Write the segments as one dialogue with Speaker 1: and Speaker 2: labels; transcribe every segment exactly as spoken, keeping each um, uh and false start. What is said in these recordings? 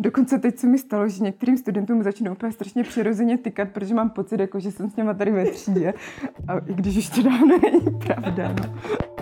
Speaker 1: Dokonce teď se mi stalo, že některým studentům začnou úplně strašně přirozeně tykat, protože mám pocit, jako, že jsem s něma tady ve třídě. A i když už to dávno není pravda. No.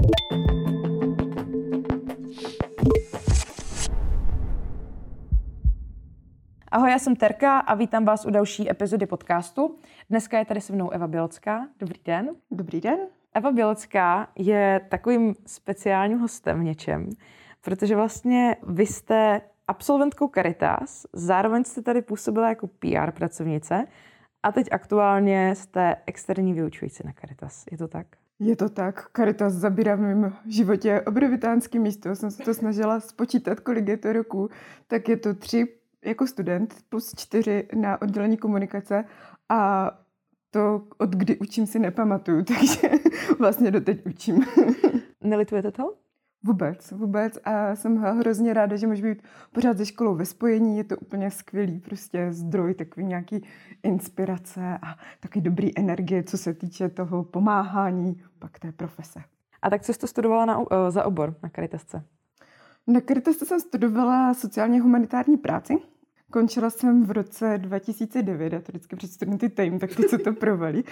Speaker 2: Ahoj, já jsem Terka a vítám vás u další epizody podcastu. Dneska je tady se mnou Eva Bělocká. Dobrý den.
Speaker 1: Dobrý den.
Speaker 2: Eva Bělocká je takovým speciálním hostem v něčem, protože vlastně vy jste absolventkou Caritas, zároveň jste tady působila jako P R pracovnice a teď aktuálně jste externí vyučující na Caritas. Je to tak?
Speaker 1: Je to tak. Caritas zabírá v mém životě obrovitánské místo. Jsem se to snažila spočítat, kolik je to roku. Tak je to tři jako student plus čtyři na oddělení komunikace a to od kdy učím si nepamatuju, takže vlastně doteď učím.
Speaker 2: Nelitujete to?
Speaker 1: Vůbec, vůbec a jsem hrozně ráda, že můžu být pořád se školou ve spojení, je to úplně skvělý prostě zdroj, takový nějaký inspirace a taky dobrý energie, co se týče toho pomáhání pak té profese.
Speaker 2: A tak co jste studovala na, za obor na Caritasce?
Speaker 1: Na Caritasce jsem studovala sociálně humanitární práci. Končila jsem v roce dva tisíce devět, já to vždycky před studenty tajím, tak teď se to provalí.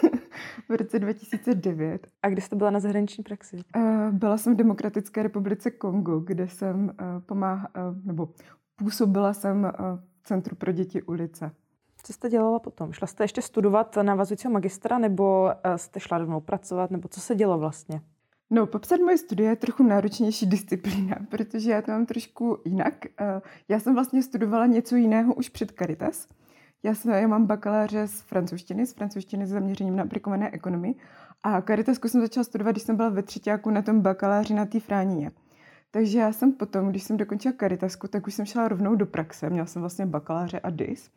Speaker 1: V roce dva tisíce devět.
Speaker 2: A kde jste byla na zahraniční praxi?
Speaker 1: Byla jsem v Demokratické republice Kongo, kde jsem pomáhala, nebo působila jsem v Centru pro děti ulice.
Speaker 2: Co jste dělala potom? Šla jste ještě studovat navazujícího magistra, nebo jste šla rovnou pracovat, nebo co se dělo vlastně?
Speaker 1: No, popsat moje studie je trochu náročnější disciplína, protože já to mám trošku jinak. Já jsem vlastně studovala něco jiného už před Caritas. Já, jsem, já mám bakaláře z francouzštiny, z francouzštiny s zaměřením na aplikované ekonomii. A Caritasku jsem začala studovat, když jsem byla ve třetíku na tom bakaláři na té Fránině. Takže já jsem potom, když jsem dokončila Caritasku, tak už jsem šla rovnou do praxe. Měla jsem vlastně bakaláře a D I S.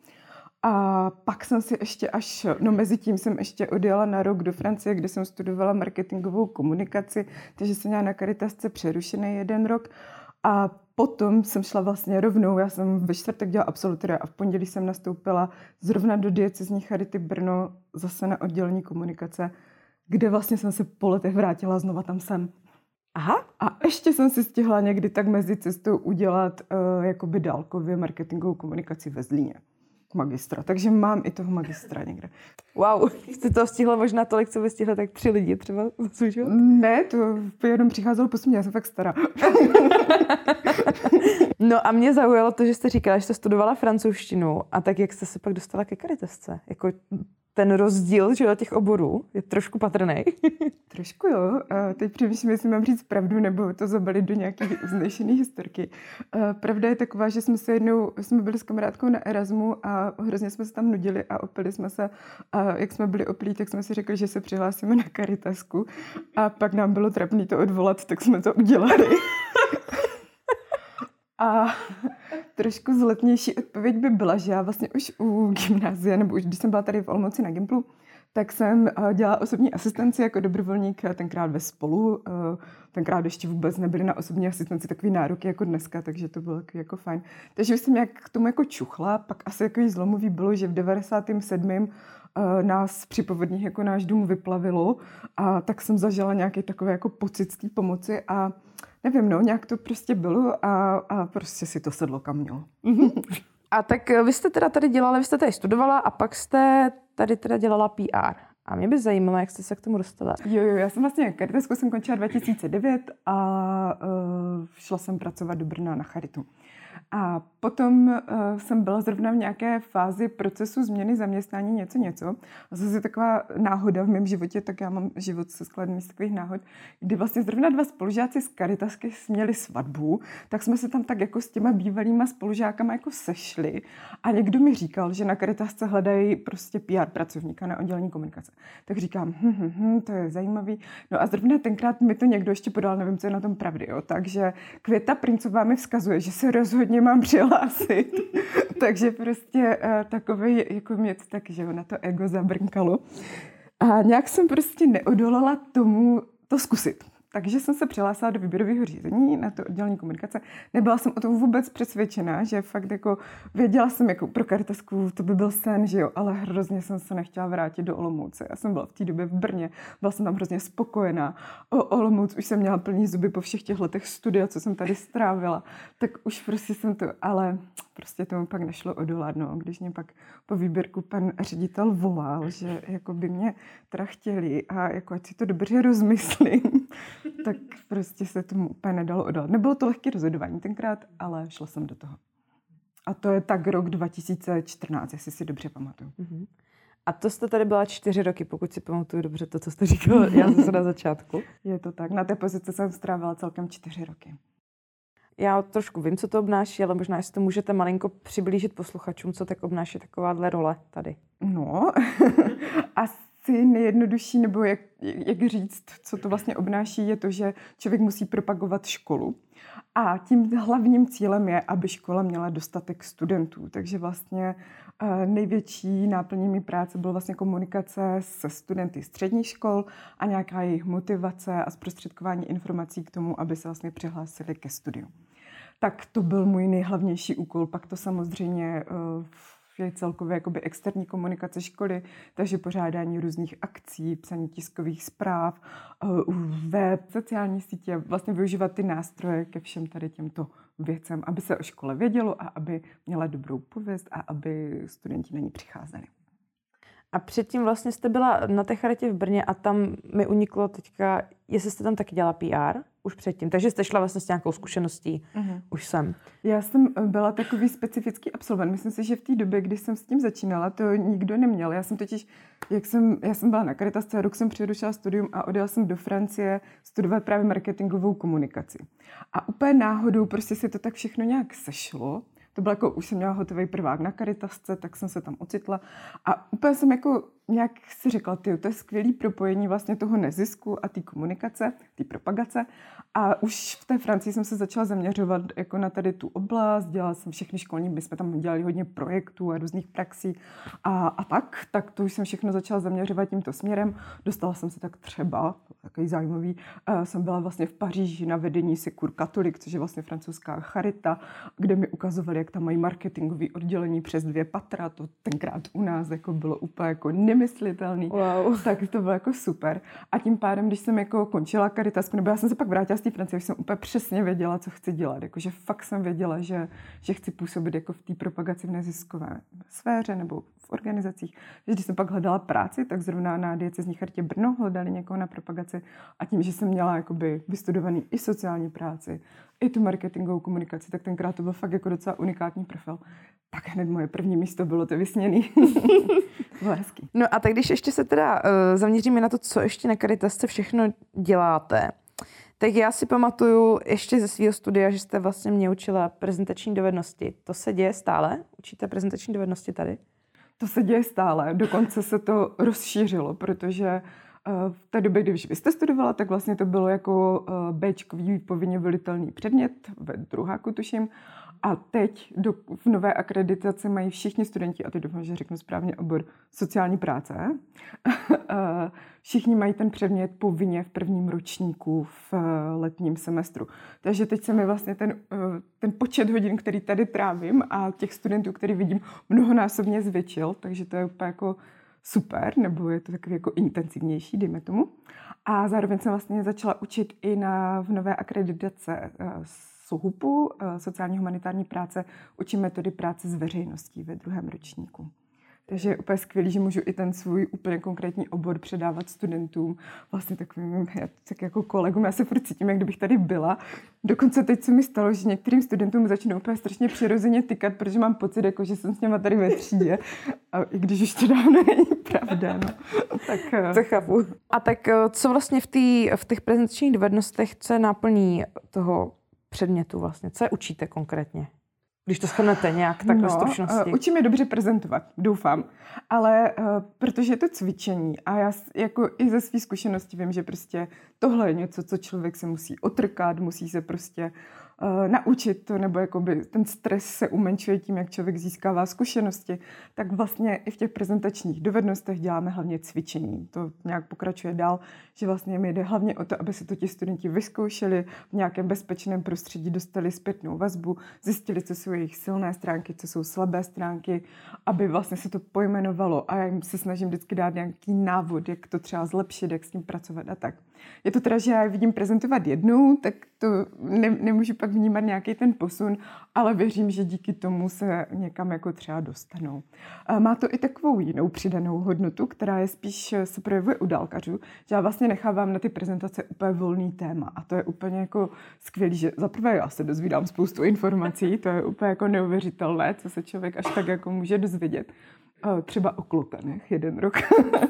Speaker 1: A pak jsem si ještě až, no mezi tím jsem ještě odjela na rok do Francie, kde jsem studovala marketingovou komunikaci, takže jsem měla na Caritasce přerušený jeden rok. A potom jsem šla vlastně rovnou, já jsem ve čtvrtek dělala absolutoria a v pondělí jsem nastoupila zrovna do diecezní Charity Brno, zase na oddělení komunikace, kde vlastně jsem se po letech vrátila, znova tam jsem.
Speaker 2: Aha.
Speaker 1: A ještě jsem si stihla někdy tak mezi cestou udělat uh, jakoby dálkově marketingovou komunikaci ve Zlíně. Magistra, takže mám i toho magistra někde.
Speaker 2: Wow, jste to stihla možná tolik, co by stihla tak tři lidi třeba za svůj život?
Speaker 1: Ne, to jenom přicházelo po já jsem fakt stará.
Speaker 2: No a mě zaujalo to, že jste říkala, že jste studovala francouzštinu a tak jak jste se pak dostala ke Caritasce? Jako ten rozdíl, že těch oborů je trošku patrný.
Speaker 1: Trošku jo. A teď přemýšlím, jestli mám říct pravdu, nebo to zabalit do nějaké uznešené historky. A pravda je taková, že jsme se jednou, jsme byli s kamarádkou na Erasmu a hrozně jsme se tam nudili a opili jsme se. A jak jsme byli oplí, tak jsme si řekli, že se přihlásíme na Caritasku. A pak nám bylo trapný to odvolat, tak jsme to udělali. A trošku zletnější odpověď by byla, že já vlastně už u gymnázia, nebo už když jsem byla tady v Olomouci na Gimplu, tak jsem dělala osobní asistenci jako dobrovolník, tenkrát ve Spolu. Tenkrát ještě vůbec nebyly na osobní asistenci takový nároky jako dneska, takže to bylo jako fajn. Takže už jsem nějak k tomu jako čuchla, pak asi jako zlomový bylo, že v devadesátém sedmém nás při povodních jako náš dům vyplavilo a tak jsem zažila nějaký takový jako pocit z té pomoci a nevím, no, nějak to prostě bylo a, a prostě si to sedlo kam mělo.
Speaker 2: A tak vy jste teda tady dělala, vy jste tady studovala a pak jste tady teda dělala P R. A mě by zajímalo, jak jste se k tomu dostala.
Speaker 1: Jo, jo, já jsem vlastně Caritasku jsem končila dva tisíce devět a uh, šla jsem pracovat do Brna na Charitu. A potom uh, jsem byla zrovna v nějaké fázi procesu změny zaměstnání něco něco. A zase taková náhoda v mém životě, tak já mám život se skladný z takových náhod, kdy vlastně zrovna dva spolužáci z Caritasky měli svatbu, tak jsme se tam tak jako s těma bývalýma spolužákama jako sešli a někdo mi říkal, že na Caritasce hledají prostě P R pracovníka na oddělení komunikace. Tak říkám, hm, hm, hm, to je zajímavý. No a zrovna tenkrát mi to někdo ještě podal, nevím, co je na tom pravdy, jo. Takže Květa Princová mi vzkazuje, že se rozhodně mám přihlásit. Takže prostě uh, takovej, jako mě to tak, že na to ego zabrnkalo. A nějak jsem prostě neodolala tomu to zkusit. Takže jsem se přihlásila do výběrového řízení na to oddělení komunikace. Nebyla jsem o tom vůbec přesvědčená, že fakt jako věděla jsem, jako pro Caritasku to by byl sen, že jo, ale hrozně jsem se nechtěla vrátit do Olomouce. Já jsem byla v té době v Brně, byla jsem tam hrozně spokojená. O Olomouc už jsem měla plný zuby po všech těch letech studia, co jsem tady strávila. Tak už prostě jsem to, ale prostě tomu pak nešlo odolat, no. Když mě pak po výběrku pan ředitel volal, že jako by mě teda chtěli a jako ať si to dobře rozmyslím, tak prostě se tomu úplně nedalo odolat. Nebylo to lehké rozhodování tenkrát, ale šla jsem do toho. A to je tak rok dva tisíce čtrnáct, jestli si dobře pamatuju.
Speaker 2: Mm-hmm. A to jste tady byla čtyři roky, pokud si pamatuju dobře to, co jste říkala já zase na začátku.
Speaker 1: Je to tak. Na té pozici jsem strávila celkem čtyři roky.
Speaker 2: Já trošku vím, co to obnáší, ale možná, jestli to můžete malinko přiblížit posluchačům, co tak obnáší takováhle role tady.
Speaker 1: No, asi nejjednodušší, nebo jak, jak říct, co to vlastně obnáší, je to, že člověk musí propagovat školu. A tím hlavním cílem je, aby škola měla dostatek studentů. Takže vlastně největší náplní mé práce byla vlastně komunikace se studenty středních škol a nějaká jejich motivace a zprostředkování informací k tomu, aby se vlastně přihlásili ke studiu. Tak to byl můj nejhlavnější úkol. Pak to samozřejmě je celkově jakoby externí komunikace školy, takže pořádání různých akcí, psaní tiskových zpráv, web, sociální sítě, vlastně využívat ty nástroje ke všem tady těmto věcem, aby se o škole vědělo a aby měla dobrou pověst a aby studenti na ní přicházeli.
Speaker 2: A předtím vlastně jste byla na té charitě v Brně a tam mi uniklo teďka, jestli jste tam taky dělala P R už předtím. Takže jste šla vlastně s nějakou zkušeností uh-huh. už sem.
Speaker 1: Já jsem byla takový specifický absolvent. Myslím si, že v té době, kdy jsem s tím začínala, to nikdo neměl. Já jsem totiž, jak jsem, já jsem byla na Caritasce, rok jsem přerušila studium a odjela jsem do Francie studovat právě marketingovou komunikaci. A úplně náhodou prostě se to tak všechno nějak sešlo. To bylo jako, už jsem měla hotový prvák na Caritasce, tak jsem se tam ocitla a úplně jsem jako nějak si řekla, tyjo, to je skvělý propojení vlastně toho nezisku a té komunikace, té propagace. A už v té Francii jsem se začala zaměřovat jako na tady tu oblast, dělala jsem všechny školní, my jsme tam dělali hodně projektů a různých praxí a, a tak, tak to už jsem všechno začala zaměřovat tímto směrem. Dostala jsem se tak třeba, takový zajímavý, uh, jsem byla vlastně v Paříži na vedení Secours Catholique, což je vlastně francouzská charita, kde mi ukazovali, jak tam mají marketingový oddělení přes dvě patra, to tenkrát u nás jako bylo úplně jako nemyslitelný.
Speaker 2: Wow.
Speaker 1: Tak to bylo jako super. A tím pádem, když jsem jako končila Caritasku, nebo já jsem se pak vrátila z té Francie, už jsem úplně přesně věděla, co chci dělat. Jakože fakt jsem věděla, že, že chci působit jako v té propagaci v neziskové sféře nebo v organizacích. Že když jsem pak hledala práci, tak zrovna na diecézní charitě Brno hledali někoho na propagaci a tím, že jsem měla jakoby vystudovaný i sociální práci, i tu marketingovou komunikaci, tak tenkrát to byl fakt jako docela unikátní profil. Tak hned moje první místo bylo to vysněný. Bylo hezký.
Speaker 2: No a tak když ještě se teda uh, zaměříme na to, co ještě na Caritasce všechno děláte, tak já si pamatuju ještě ze svého studia, že jste vlastně mě učila prezentační dovednosti. To se děje stále? Učíte prezentační dovednosti tady?
Speaker 1: To se děje stále. Dokonce se to rozšířilo, protože v té době, když vy jste studovala, tak vlastně to bylo jako béčkový povinně volitelný předmět ve druháku, tuším. A teď do, v nové akreditaci mají všichni studenti, a teď doufám, že řeknu správně obor sociální práce, všichni mají ten předmět povinně v prvním ročníku v letním semestru. Takže teď se mi vlastně ten, ten počet hodin, který tady trávím a těch studentů, který vidím, mnohonásobně zvětšil, takže to je úplně jako super, nebo je to takový jako intenzivnější, dejme tomu. A zároveň jsem vlastně začala učit i na, v nové akreditace SOHUPu, sociální humanitární práce, učím metody práce s veřejností ve druhém ročníku. Takže je úplně skvělý, že můžu i ten svůj úplně konkrétní obor předávat studentům, vlastně takovým tak jako kolegům. Já se furt cítím, jak kdybych tady byla. Dokonce teď se mi stalo, že některým studentům začnou úplně strašně přirozeně tykat, protože mám pocit, jako, že jsem s něma tady ve třídě. A i když už to dávno není pravda. No. Tak,
Speaker 2: to chápu. A tak co vlastně v, tý, v těch prezentačních dovednostech, co je náplní toho předmětu vlastně? Co je učíte konkrétně? Když to shrnete nějak tak ve stručnosti.
Speaker 1: Uh, učím je dobře prezentovat, doufám. Ale uh, protože je to cvičení a já jako i ze svých zkušeností vím, že prostě tohle je něco, co člověk se musí otrkat, musí se prostě uh, naučit to, nebo jakoby ten stres se umenšuje tím, jak člověk získává zkušenosti, tak vlastně i v těch prezentačních dovednostech děláme hlavně cvičení. To nějak pokračuje dál, že vlastně mi jde hlavně o to, aby se to ti studenti vyzkoušeli v nějakém bezpečném prostředí, dostali zpětnou vazbu, zjistili, co jsou jejich silné stránky, co jsou slabé stránky, aby vlastně se to pojmenovalo a já jim se snažím vždycky dát nějaký návod, jak to třeba zlepšit, jak s tím pracovat a tak. Je to teda, že já vidím prezentovat jednou, tak to ne, nemůžu pak vnímat nějaký ten posun, ale věřím, že díky tomu se někam jako třeba dostanou. Má to i takovou jinou přidanou hodnotu, která je spíš se projevuje u dálkařů, že já vlastně nechávám na ty prezentace úplně volný téma a to je úplně jako skvělý, že zaprvé já se dozvídám spoustu informací, to je úplně jako neuvěřitelné, co se člověk až tak jako může dozvědět. Třeba o klokanech jeden rok.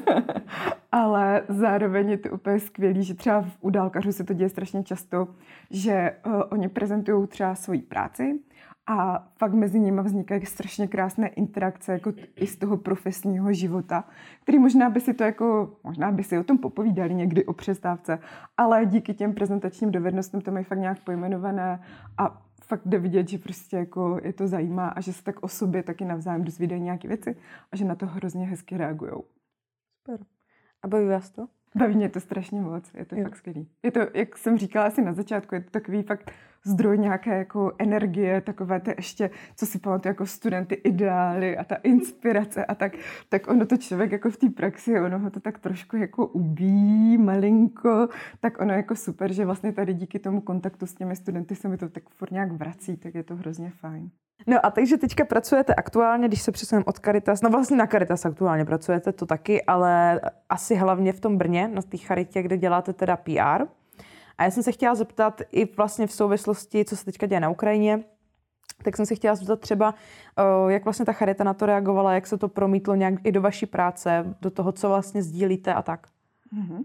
Speaker 1: Ale zároveň je to úplně skvělý, že třeba u dálkařů se to děje strašně často, že uh, oni prezentují třeba svoji práci a fakt mezi nimi vznikají strašně krásné interakce jako t- i z toho profesního života, který možná by si to jako, možná by si o tom popovídali někdy o přestávce, ale díky těm prezentačním dovednostem to mají fakt nějak pojmenované a fakt jde vidět, že prostě jako je to zajímá a že se tak o sobě taky navzájem dozvídají nějaké věci a že na to hrozně hezky reagujou.
Speaker 2: Super. A baví vás to?
Speaker 1: Baví mě to strašně moc, je to jo. Fakt skvělý. Je to, jak jsem říkala asi na začátku, je to takový fakt zdroj nějaké jako energie, takové to ještě, co si pamatuju jako studenty, ideály a ta inspirace a tak, tak ono to člověk jako v té praxi, ono ho to tak trošku jako ubíjí malinko, tak ono jako super, že vlastně tady díky tomu kontaktu s těmi studenty se mi to tak furt nějak vrací, tak je to hrozně fajn.
Speaker 2: No a takže teďka pracujete aktuálně, když se přesuneme od Caritas, no vlastně na Caritas aktuálně pracujete to taky, ale asi hlavně v tom Brně, na té charitě, kde děláte teda P R. A já jsem se chtěla zeptat i vlastně v souvislosti, co se teďka děje na Ukrajině, tak jsem se chtěla zeptat třeba, jak vlastně ta charita na to reagovala, jak se to promítlo nějak i do vaší práce, do toho, co vlastně sdílíte a tak.
Speaker 1: Mm-hmm.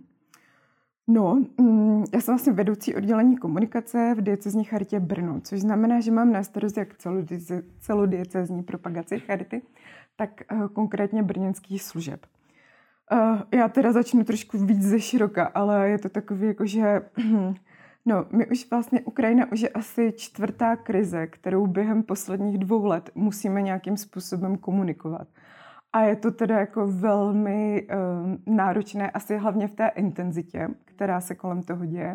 Speaker 1: No, mm, já jsem vlastně vedoucí oddělení komunikace v diecezní charitě Brno, což znamená, že mám na starost jak celodiecezní propagaci charity, tak uh, konkrétně brněnských služeb. Uh, já teda začnu trošku víc ze široka, ale je to takový jako, že no, my už vlastně, Ukrajina už je asi čtvrtá krize, kterou během posledních dvou let musíme nějakým způsobem komunikovat. A je to teda jako velmi uh, náročné, asi hlavně v té intenzitě, která se kolem toho děje.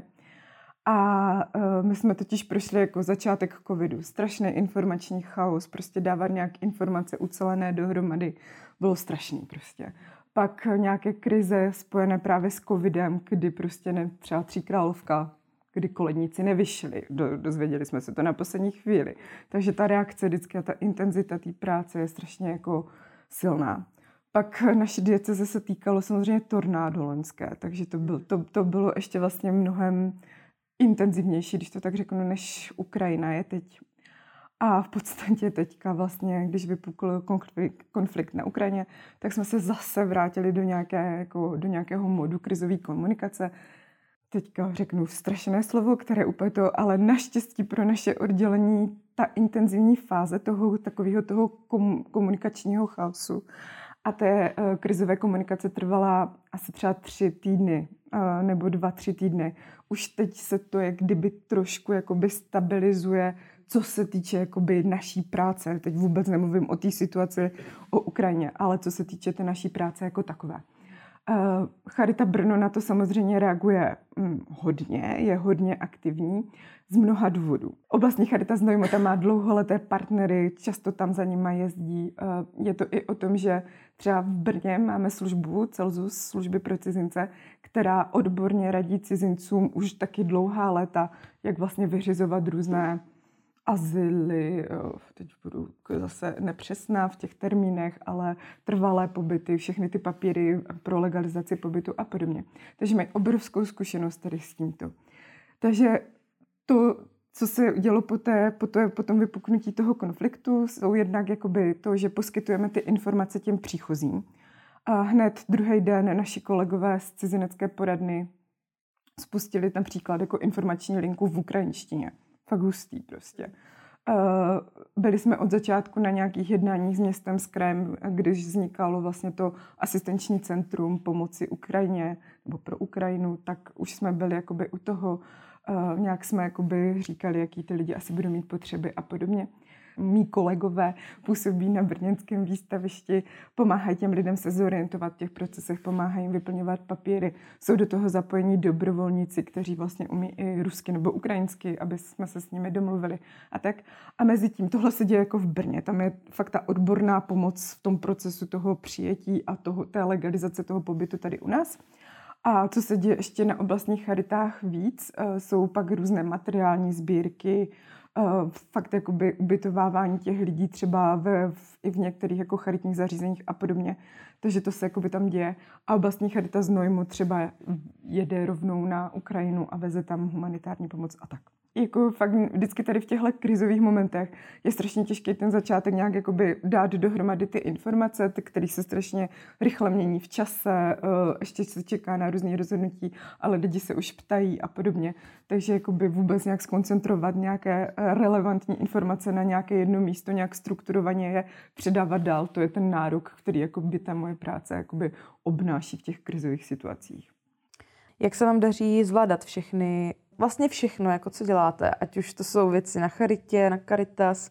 Speaker 1: A uh, my jsme totiž prošli jako začátek covidu, strašný informační chaos, prostě dávat nějak informace ucelené dohromady bylo strašný prostě. Pak nějaké krize spojené právě s covidem, kdy prostě ne, třeba Tříkrálovka, kdy koledníci nevyšli, do, dozvěděli jsme se to na poslední chvíli. Takže ta reakce vždycky a ta intenzita té práce je strašně jako silná. Pak naše dieceze se týkalo samozřejmě tornádo loňské, takže to, byl, to, to bylo ještě vlastně mnohem intenzivnější, když to tak řeknu, než Ukrajina je teď. A v podstatě teďka vlastně, když vypukl konflikt, konflikt na Ukrajině, tak jsme se zase vrátili do, nějaké, jako, do nějakého modu krizové komunikace. Teďka řeknu strašné slovo, které úplně to, ale naštěstí pro naše oddělení ta intenzivní fáze toho takového toho kom, komunikačního chaosu a té uh, krizové komunikace trvala asi třeba tři týdny uh, nebo dva, tři týdny. Už teď se to jak kdyby trošku jakoby stabilizuje, co se týče jakoby naší práce. Teď vůbec nemluvím o té situaci o Ukrajině, ale co se týče té naší práce jako takové. Uh, Charita Brno na to samozřejmě reaguje hm, hodně, je hodně aktivní z mnoha důvodů. Oblastní charita Znojmo má dlouholeté partnery, často tam za nima jezdí. Uh, je to i o tom, že třeba v Brně máme službu Celsus, služby pro cizince, která odborně radí cizincům už taky dlouhá léta, jak vlastně vyřizovat různé azyly, teď budu zase nepřesná v těch termínech, ale trvalé pobyty, všechny ty papíry pro legalizaci pobytu a podobně. Takže mají obrovskou zkušenost tady s tímto. Takže to, co se dělo po, té, po, té, po tom vypuknutí toho konfliktu, jsou jednak jakoby to, že poskytujeme ty informace těm příchozím. A hned druhý den naši kolegové z cizinecké poradny spustili například jako informační linku v ukrajinštině. Fakt hustý prostě. Byli jsme od začátku na nějakých jednáních s městem, s krajem, když vznikalo vlastně to asistenční centrum pomoci Ukrajině nebo pro Ukrajinu, tak už jsme byli jakoby u toho. Uh, nějak jsme jakoby říkali, jaký ty lidi asi budou mít potřeby a podobně. Mí kolegové působí na brněnském výstavišti, pomáhají těm lidem se zorientovat v těch procesech, pomáhají jim vyplňovat papíry. Jsou do toho zapojení dobrovolníci, kteří vlastně umí i rusky nebo ukrajinsky, aby jsme se s nimi domluvili a tak. A mezi tím tohle se děje jako v Brně. Tam je fakt ta odborná pomoc v tom procesu toho přijetí a toho, té legalizace toho pobytu tady u nás. A co se děje ještě na oblastních charitách víc, jsou pak různé materiální sbírky, fakt jakoby ubytovávání těch lidí třeba v, v, i v některých jako charitních zařízeních a podobně. Takže to se jakoby tam děje. A oblastní charita z Nojmu třeba jede rovnou na Ukrajinu a veze tam humanitární pomoc a tak. Jako fakt vždycky tady v těchto krizových momentech je strašně těžké ten začátek nějak jakoby dát dohromady ty informace, ty, které se strašně rychle mění v čase, ještě se čeká na různé rozhodnutí, ale lidi se už ptají a podobně. Takže jakoby vůbec nějak zkoncentrovat nějaké relevantní informace na nějaké jedno místo, nějak strukturovaně je předávat dál. To je ten nárok, který jakoby ta moje práce jakoby obnáší v těch krizových situacích.
Speaker 2: Jak se vám daří zvládat všechny, vlastně všechno, jako co děláte? Ať už to jsou věci na charitě, na Caritas.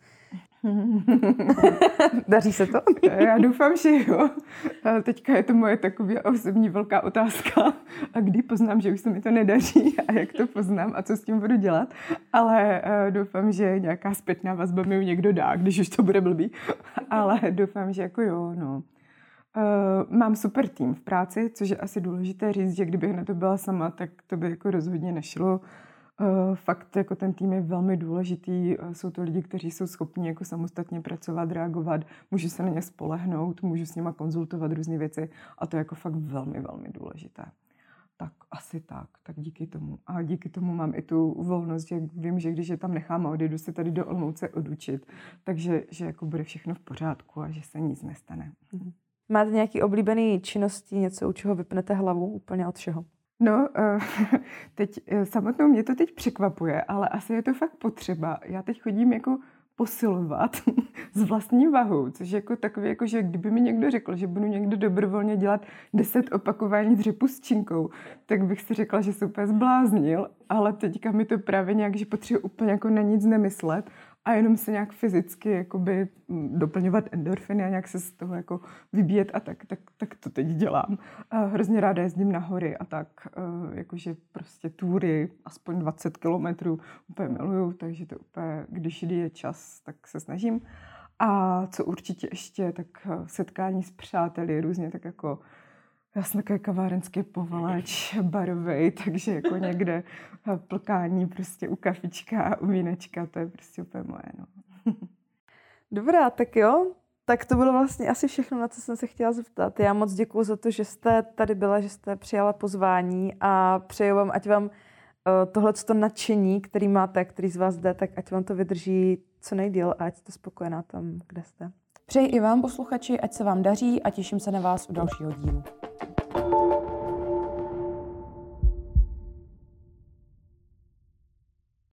Speaker 2: Daří se to?
Speaker 1: Já doufám, že jo. Teďka je to moje taková osobní velká otázka. A kdy poznám, že už se mi to nedaří a jak to poznám a co s tím budu dělat. Ale doufám, že nějaká zpětná vazba mi někdo dá, když už to bude blbý. Ale doufám, že jako jo, no. Uh, mám super tým v práci, což je asi důležité říct, že kdybych na to byla sama, tak to by jako rozhodně nešlo. Uh, fakt jako ten tým je velmi důležitý. Uh, jsou to lidi, kteří jsou schopni jako samostatně pracovat, reagovat, můžu se na ně spolehnout, můžu s nima konzultovat různé věci a to je jako fakt velmi, velmi důležité. Tak asi tak, tak díky tomu. A díky tomu mám i tu volnost, že vím, že když je tam nechám a odjedu se tady do Olomouce odučit, takže že jako bude všechno v pořádku a že se nic nestane.
Speaker 2: Mhm. Máte nějaký oblíbený činnosti, něco, u čeho vypnete hlavu úplně od všeho?
Speaker 1: No, teď samotnou mě to teď překvapuje, ale asi je to fakt potřeba. Já teď chodím jako posilovat s vlastní vahou, což je jako takový, jako, že kdyby mi někdo řekl, že budu někdo dobrovolně dělat deset opakování dřepu s činkou, tak bych si řekla, že se úplně zbláznil, ale teďka mi to právě nějak, že potřebuji úplně jako na nic nemyslet a jenom se nějak fyzicky jakoby doplňovat endorfiny a nějak se z toho jako vybíjet a tak, tak, tak to teď dělám. A hrozně ráda jezdím na hory a tak, jakože prostě túry, aspoň dvacet kilometrů úplně miluju, takže to úplně, když je čas, tak se snažím. A co určitě ještě, tak setkání s přáteli různě tak jako já jsem takový kavárenský povalač, barovej, takže jako někde plkání prostě u kafička a u vínečka, to je prostě úplně moje, no.
Speaker 2: Dobrá, tak jo. Tak to bylo vlastně asi všechno, na co jsem se chtěla zeptat. Já moc děkuju za to, že jste tady byla, že jste přijala pozvání a přeju vám, ať vám uh, tohleto nadšení, který máte, který z vás jde, tak ať vám to vydrží co nejdýl a ať jste spokojená tam, kde jste.
Speaker 3: Přeji i vám, posluchači, ať se vám daří a těším se na vás u dalšího dílu.